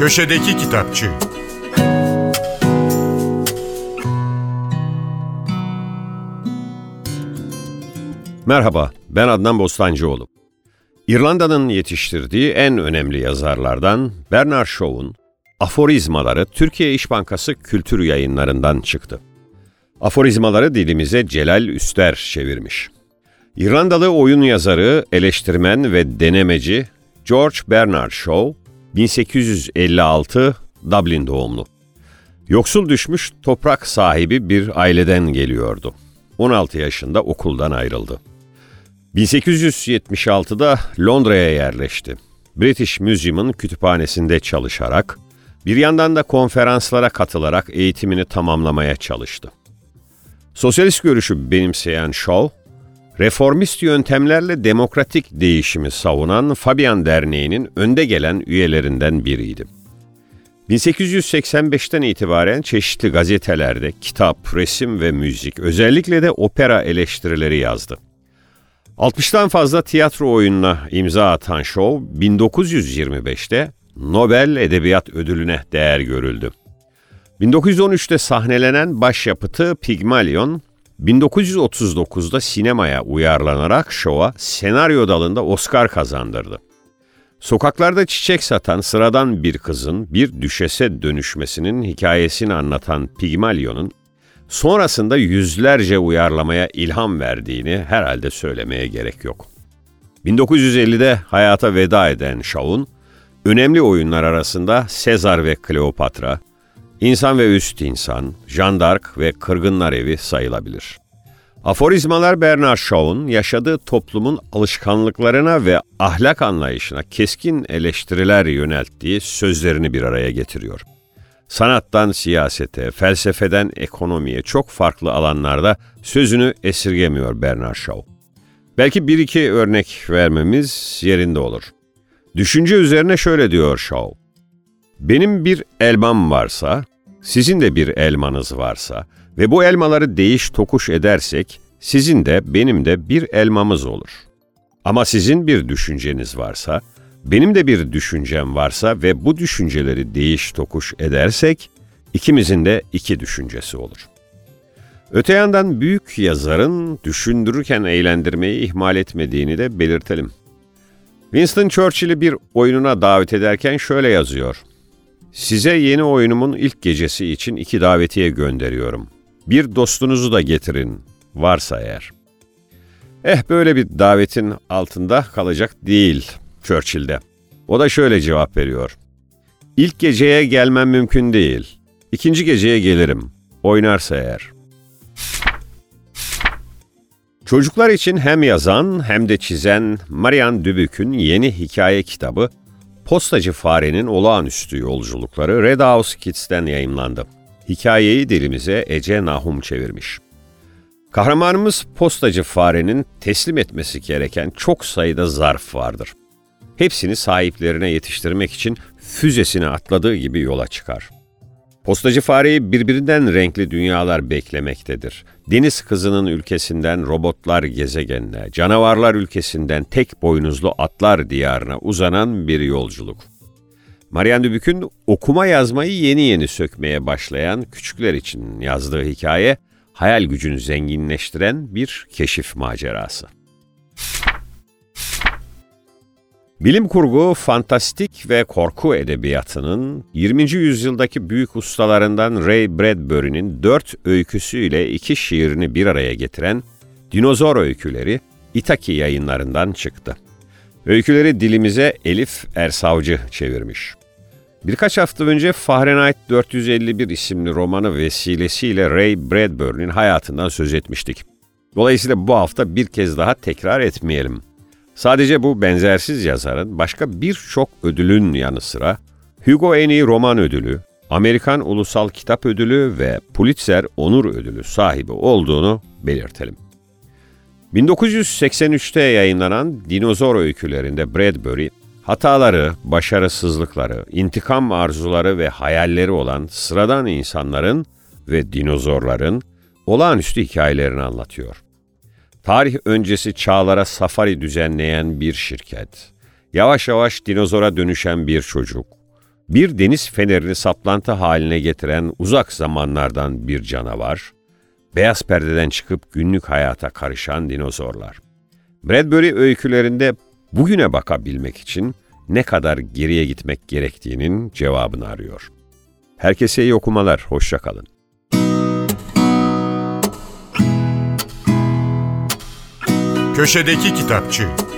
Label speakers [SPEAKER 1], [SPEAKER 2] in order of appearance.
[SPEAKER 1] Köşedeki Kitapçı.
[SPEAKER 2] Merhaba, ben Adnan Bostancıoğlu. İrlanda'nın yetiştirdiği en önemli yazarlardan Bernard Shaw'un Aforizmaları Türkiye İş Bankası Kültür Yayınları'ndan çıktı. Aforizmaları dilimize Celal Üster çevirmiş. İrlandalı oyun yazarı, eleştirmen ve denemeci George Bernard Shaw, 1856 Dublin doğumlu. Yoksul düşmüş toprak sahibi bir aileden geliyordu. 16 yaşında okuldan ayrıldı. 1876'da Londra'ya yerleşti. British Museum'un kütüphanesinde çalışarak, bir yandan da konferanslara katılarak eğitimini tamamlamaya çalıştı. Sosyalist görüşü benimseyen Shaw, reformist yöntemlerle demokratik değişimi savunan Fabian Derneği'nin önde gelen üyelerinden biriydi. 1885'ten itibaren çeşitli gazetelerde kitap, resim ve müzik, özellikle de opera eleştirileri yazdı. 60'tan fazla tiyatro oyununa imza atan Shaw, 1925'te Nobel Edebiyat Ödülü'ne değer görüldü. 1913'te sahnelenen başyapıtı Pygmalion, 1939'da sinemaya uyarlanarak Shaw'a senaryo dalında Oscar kazandırdı. Sokaklarda çiçek satan sıradan bir kızın bir düşese dönüşmesinin hikayesini anlatan Pygmalion'un sonrasında yüzlerce uyarlamaya ilham verdiğini herhalde söylemeye gerek yok. 1950'de hayata veda eden Shaw'un önemli oyunlar arasında Sezar ve Kleopatra, İnsan ve Üst İnsan, Jeanne d'Arc ve Kırgınlar Evi sayılabilir. Aforizmalar Bernard Shaw'un yaşadığı toplumun alışkanlıklarına ve ahlak anlayışına keskin eleştiriler yönelttiği sözlerini bir araya getiriyor. Sanattan siyasete, felsefeden ekonomiye çok farklı alanlarda sözünü esirgemiyor Bernard Shaw. Belki bir iki örnek vermemiz yerinde olur. Düşünce üzerine şöyle diyor Shaw: "Benim bir elmam varsa, sizin de bir elmanız varsa ve bu elmaları değiş tokuş edersek, sizin de benim de bir elmamız olur. Ama sizin bir düşünceniz varsa, benim de bir düşüncem varsa ve bu düşünceleri değiş tokuş edersek, ikimizin de iki düşüncesi olur." Öte yandan büyük yazarın düşündürürken eğlendirmeyi ihmal etmediğini de belirtelim. Winston Churchill'i bir oyununa davet ederken şöyle yazıyor: "Size yeni oyunumun ilk gecesi için 2 davetiye gönderiyorum. Bir dostunuzu da getirin, varsa eğer." Böyle bir davetin altında kalacak değil Churchill'de. O da şöyle cevap veriyor: "İlk geceye gelmem mümkün değil. 2. geceye gelirim, oynarsa eğer." Çocuklar için hem yazan hem de çizen Marianne Dubuc'un yeni hikaye kitabı Postacı Farenin Olağanüstü Yolculukları Red House Kids'ten yayımlandı. Hikayeyi dilimize Ece Nahum çevirmiş. Kahramanımız postacı farenin teslim etmesi gereken çok sayıda zarf vardır. Hepsini sahiplerine yetiştirmek için füzesine atladığı gibi yola çıkar. Postacı fareyi birbirinden renkli dünyalar beklemektedir. Deniz kızının ülkesinden robotlar gezegenine, canavarlar ülkesinden tek boynuzlu atlar diyarına uzanan bir yolculuk. Marianne Dubuc'un okuma yazmayı yeni yeni sökmeye başlayan küçükler için yazdığı hikaye, hayal gücünü zenginleştiren bir keşif macerası. Bilim kurgu, fantastik ve korku edebiyatının 20. yüzyıldaki büyük ustalarından Ray Bradbury'nin 4 öyküsüyle 2 şiirini bir araya getiren Dinozor Öyküleri İtaki Yayınları'ndan çıktı. Öyküleri dilimize Elif Ersavcı çevirmiş. Birkaç hafta önce Fahrenheit 451 isimli romanı vesilesiyle Ray Bradbury'nin hayatından söz etmiştik. Dolayısıyla bu hafta bir kez daha tekrar etmeyelim. Sadece bu benzersiz yazarın başka birçok ödülün yanı sıra Hugo en iyi roman ödülü, Amerikan Ulusal Kitap Ödülü ve Pulitzer Onur Ödülü sahibi olduğunu belirtelim. 1983'te yayınlanan Dinozor Öykülerinde Bradbury, hataları, başarısızlıkları, intikam arzuları ve hayalleri olan sıradan insanların ve dinozorların olağanüstü hikayelerini anlatıyor. Tarih öncesi çağlara safari düzenleyen bir şirket, yavaş yavaş dinozora dönüşen bir çocuk, Bir deniz fenerini saplantı haline getiren uzak zamanlardan bir canavar, beyaz perdeden çıkıp günlük hayata karışan dinozorlar. Bradbury öykülerinde bugüne bakabilmek için ne kadar geriye gitmek gerektiğinin cevabını arıyor. Herkese iyi okumalar, hoşça kalın.
[SPEAKER 1] Köşedeki Kitapçı.